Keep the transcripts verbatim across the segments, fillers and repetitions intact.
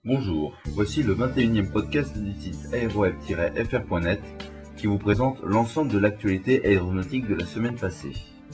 Bonjour, voici le vingt et unième podcast du site aéroweb tiret f r point net qui vous présente l'ensemble de l'actualité aéronautique de la semaine passée.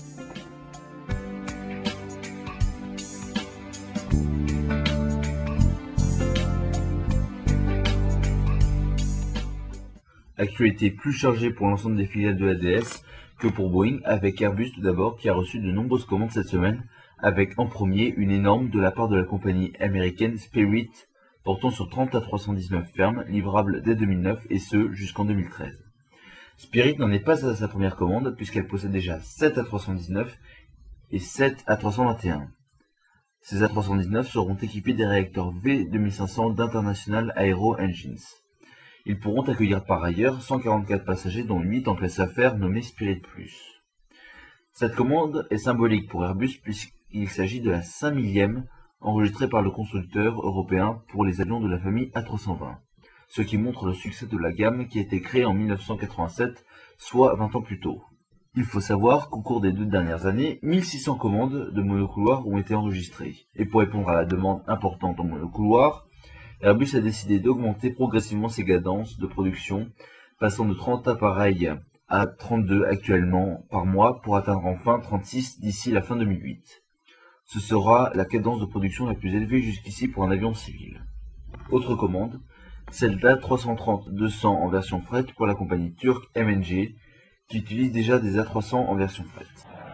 Actualité plus chargée pour l'ensemble des filiales de l'A D S que pour Boeing, avec Airbus tout d'abord qui a reçu de nombreuses commandes cette semaine, avec en premier une énorme de la part de la compagnie américaine Spirit, portant sur trente A trois cent dix-neuf fermes, livrables dès deux mille neuf et ce jusqu'en deux mille treize. Spirit n'en est pas à sa première commande puisqu'elle possède déjà sept A trois cent dix-neuf et sept A trois cent vingt et un. Ces A trois cent dix-neuf seront équipés des réacteurs V deux mille cinq cents d'International Aero Engines. Ils pourront accueillir par ailleurs cent quarante-quatre passagers dont huit en classe affaires nommés Spirit Plus. Cette commande est symbolique pour Airbus puisqu'il s'agit de la cinq millième enregistrée par le constructeur européen pour les avions de la famille A trois cent vingt, ce qui montre le succès de la gamme qui a été créée en mille neuf cent quatre-vingt-sept, soit vingt ans plus tôt. Il faut savoir qu'au cours des deux dernières années, mille six cents commandes de monocouloirs ont été enregistrées. Et pour répondre à la demande importante en monocouloir, Airbus a décidé d'augmenter progressivement ses cadences de production, passant de trente appareils à trente-deux actuellement par mois pour atteindre enfin trente-six d'ici la fin deux mille huit. Ce sera la cadence de production la plus élevée jusqu'ici pour un avion civil. Autre commande, celle d'A trois cent trente deux cents en version fret pour la compagnie turque M N G, qui utilise déjà des A trois cents en version fret.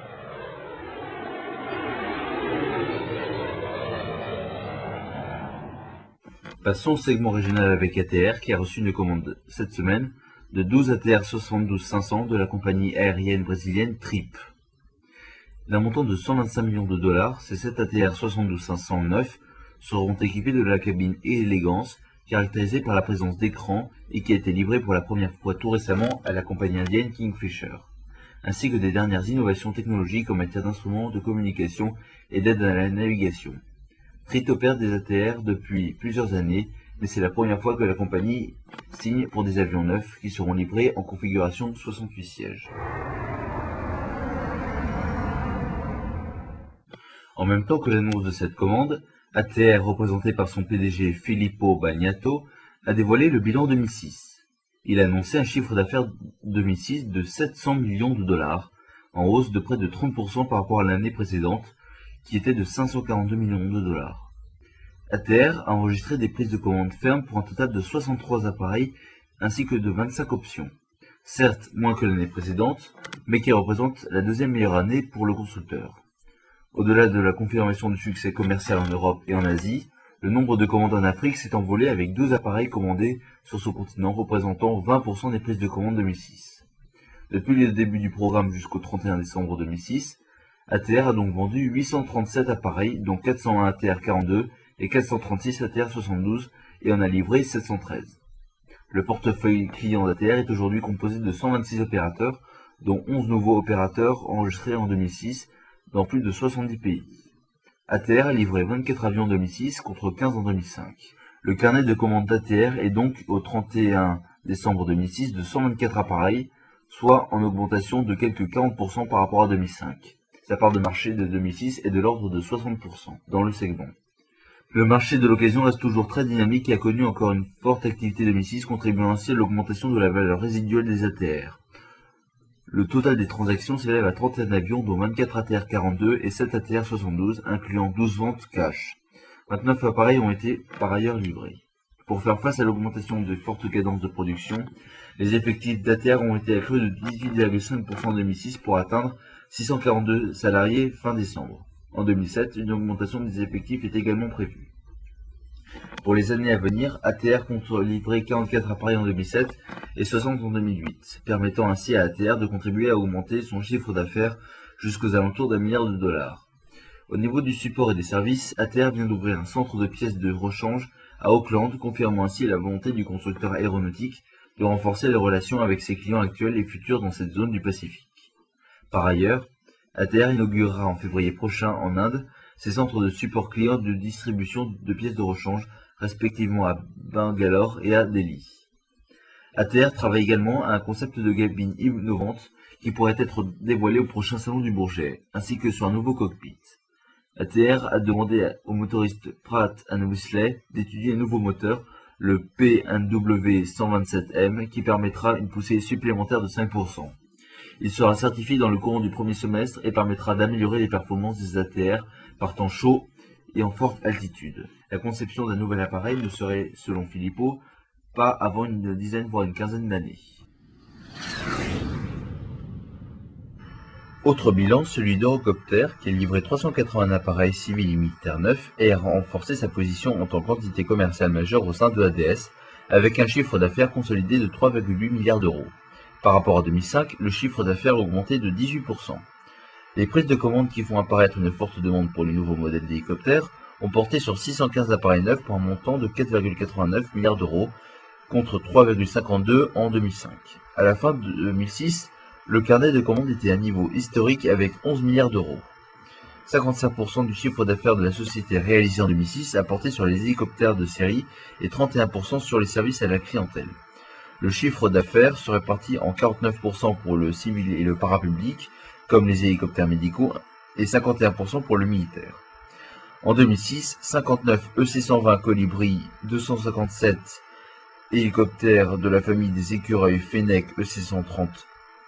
Passons au segment régional avec A T R qui a reçu une commande cette semaine de douze A T R soixante-douze cinq cents de la compagnie aérienne brésilienne Trip. D'un montant de cent vingt-cinq millions de dollars, ces sept A T R soixante-douze cinq cents neufs seront équipés de la cabine élégance caractérisée par la présence d'écran et qui a été livrée pour la première fois tout récemment à la compagnie indienne Kingfisher, ainsi que des dernières innovations technologiques en matière d'instruments de communication et d'aide à la navigation. Trip opère des A T R depuis plusieurs années, mais c'est la première fois que la compagnie signe pour des avions neufs qui seront livrés en configuration soixante-huit sièges. En même temps que l'annonce de cette commande, A T R, représenté par son P D G Filippo Bagnato, a dévoilé le bilan deux mille six. Il a annoncé un chiffre d'affaires deux mille six de sept cents millions de dollars, en hausse de près de trente pour cent par rapport à l'année précédente, qui était de cinq cent quarante-deux millions de dollars. A T R a enregistré des prises de commandes fermes pour un total de soixante-trois appareils ainsi que de vingt-cinq options. Certes moins que l'année précédente, mais qui représente la deuxième meilleure année pour le constructeur. Au-delà de la confirmation du succès commercial en Europe et en Asie, le nombre de commandes en Afrique s'est envolé avec douze appareils commandés sur ce continent représentant vingt pour cent des prises de commandes deux mille six. Depuis le début du programme jusqu'au trente et un décembre deux mille six, A T R a donc vendu huit cent trente-sept appareils, dont quatre cent un A T R quarante-deux et quatre cent trente-six A T R soixante-douze, et en a livré sept cent treize. Le portefeuille client d'A T R est aujourd'hui composé de cent vingt-six opérateurs, dont onze nouveaux opérateurs enregistrés en deux mille six dans plus de soixante-dix pays. A T R a livré vingt-quatre avions en deux mille six contre quinze en deux mille cinq. Le carnet de commandes d'A T R est donc au trente et un décembre deux mille six de cent vingt-quatre appareils, soit en augmentation de quelques quarante pour cent par rapport à deux mille cinq. Sa part de marché de deux mille six est de l'ordre de soixante pour cent dans le segment. Le marché de l'occasion reste toujours très dynamique et a connu encore une forte activité deux mille six, contribuant ainsi à l'augmentation de la valeur résiduelle des A T R. Le total des transactions s'élève à trente et un avions, dont vingt-quatre A T R quarante-deux et sept A T R soixante-douze, incluant douze ventes cash. vingt-neuf appareils ont été par ailleurs livrés. Pour faire face à l'augmentation de fortes cadences de production, les effectifs d'A T R ont été accrus de dix-huit virgule cinq pour cent en deux mille six pour atteindre six cent quarante-deux salariés fin décembre. En deux mille sept, une augmentation des effectifs est également prévue. Pour les années à venir, A T R compte livrer quarante-quatre appareils en deux mille sept et soixante en deux mille huit, permettant ainsi à A T R de contribuer à augmenter son chiffre d'affaires jusqu'aux alentours d'un milliard de dollars. Au niveau du support et des services, A T R vient d'ouvrir un centre de pièces de rechange à Auckland, confirmant ainsi la volonté du constructeur aéronautique de renforcer les relations avec ses clients actuels et futurs dans cette zone du Pacifique. Par ailleurs, A T R inaugurera en février prochain en Inde ses centres de support client de distribution de pièces de rechange, respectivement à Bangalore et à Delhi. A T R travaille également à un concept de cabine innovante qui pourrait être dévoilé au prochain salon du Bourget, ainsi que sur un nouveau cockpit. A T R a demandé au motoriste Pratt and Whitley d'étudier un nouveau moteur, le P un W cent vingt-sept M, qui permettra une poussée supplémentaire de cinq pour cent. Il sera certifié dans le courant du premier semestre et permettra d'améliorer les performances des A T R par temps chaud et en forte altitude. La conception d'un nouvel appareil ne serait, selon Filippo, pas avant une dizaine voire une quinzaine d'années. Autre bilan, celui d'Eurocopter, qui a livré trois cent quatre-vingts appareils civils et militaires neufs et a renforcé sa position en tant qu'entité commerciale majeure au sein de A D S, avec un chiffre d'affaires consolidé de trois virgule huit milliards d'euros. Par rapport à deux mille cinq, le chiffre d'affaires a augmenté de dix-huit pour cent. Les prises de commandes qui font apparaître une forte demande pour les nouveaux modèles d'hélicoptères ont porté sur six cent quinze appareils neufs pour un montant de quatre virgule quatre-vingt-neuf milliards d'euros, contre trois virgule cinquante-deux en deux mille cinq. À la fin de deux mille six, le carnet de commandes était à un niveau historique avec onze milliards d'euros. cinquante-cinq pour cent du chiffre d'affaires de la société réalisé en deux mille six a porté sur les hélicoptères de série et trente et un pour cent sur les services à la clientèle. Le chiffre d'affaires se répartit en quarante-neuf pour cent pour le civil et le parapublic, comme les hélicoptères médicaux, et cinquante et un pour cent pour le militaire. En deux mille six, cinquante-neuf E C cent vingt Colibri, deux cent cinquante-sept hélicoptères de la famille des écureuils Fennec E C cent trente,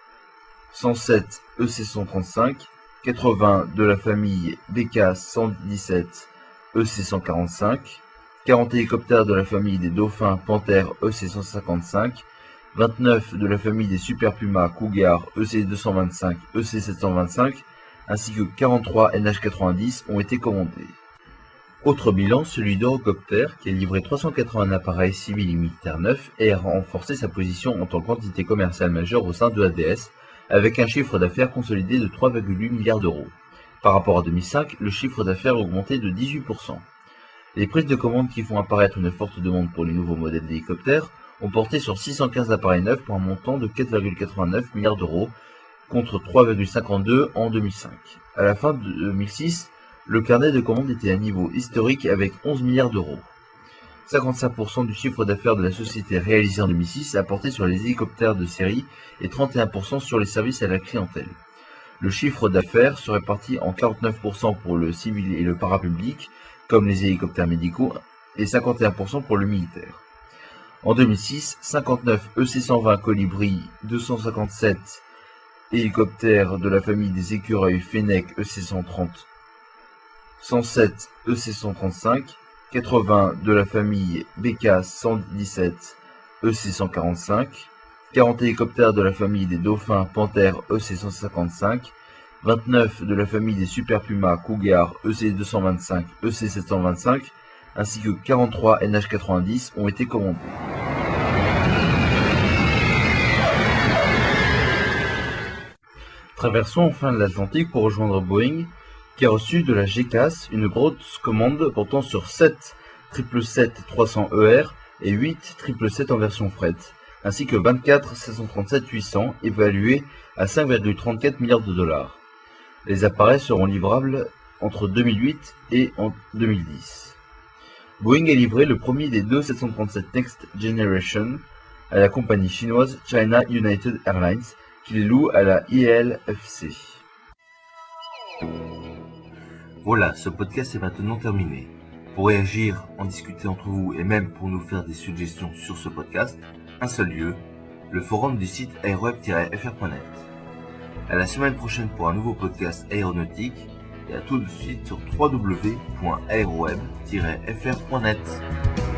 cent sept E C cent trente-cinq, quatre-vingts de la famille B K cent dix-sept E C cent quarante-cinq, quarante hélicoptères de la famille des Dauphins Panthère E C cent cinquante-cinq, vingt-neuf de la famille des Super Puma Cougar E C deux cent vingt-cinq E C sept cent vingt-cinq, ainsi que quarante-trois N H quatre-vingt-dix ont été commandés. Autre bilan, celui d'Eurocopter, qui a livré trois cent quatre-vingts appareils civils et militaires neufs et a renforcé sa position en tant qu'entité commerciale majeure au sein de A D S, avec un chiffre d'affaires consolidé de trois virgule huit milliards d'euros. Par rapport à deux mille cinq, le chiffre d'affaires a augmenté de dix-huit pour cent. Les prises de commandes qui font apparaître une forte demande pour les nouveaux modèles d'hélicoptères ont porté sur six cent quinze appareils neufs pour un montant de quatre virgule quatre-vingt-neuf milliards d'euros, contre trois virgule cinquante-deux en deux mille cinq. À la fin de deux mille six, le carnet de commandes était à un niveau historique avec onze milliards d'euros. cinquante-cinq pour cent du chiffre d'affaires de la société réalisé en deux mille six a porté sur les hélicoptères de série et trente et un pour cent sur les services à la clientèle. Le chiffre d'affaires se répartit en quarante-neuf pour cent pour le civil et le parapublic, comme les hélicoptères médicaux, et cinquante et un pour cent pour le militaire. En deux mille six, cinquante-neuf E C cent vingt Colibri, deux cent cinquante-sept hélicoptères de la famille des écureuils Fennec E C cent trente, cent sept E C cent trente-cinq, quatre-vingts de la famille B K cent dix-sept E C cent quarante-cinq, quarante hélicoptères de la famille des Dauphins Panthère E C cent cinquante-cinq, vingt-neuf de la famille des Super Puma Cougar E C deux cent vingt-cinq E C sept cent vingt-cinq, ainsi que quarante-trois N H quatre-vingt-dix ont été commandés. Traversons enfin l'Atlantique pour rejoindre Boeing, qui a reçu de la G C A S une grosse commande portant sur sept sept sept sept trois cents E R et huit sept sept sept en version fret, ainsi que vingt-quatre sept cent trente-sept huit cents évalués à cinq virgule trente-quatre milliards de dollars. Les appareils seront livrables entre deux mille huit et en deux mille dix. Boeing a livré le premier des deux sept cent trente-sept Next Generation à la compagnie chinoise China United Airlines, qui les loue à la I L F C. Voilà, ce podcast est maintenant terminé. Pour réagir, en discuter entre vous et même pour nous faire des suggestions sur ce podcast, un seul lieu, le forum du site aeroweb tiret f r point net. À la semaine prochaine pour un nouveau podcast aéronautique et à tout de suite sur w w w point aeroweb tiret f r point net.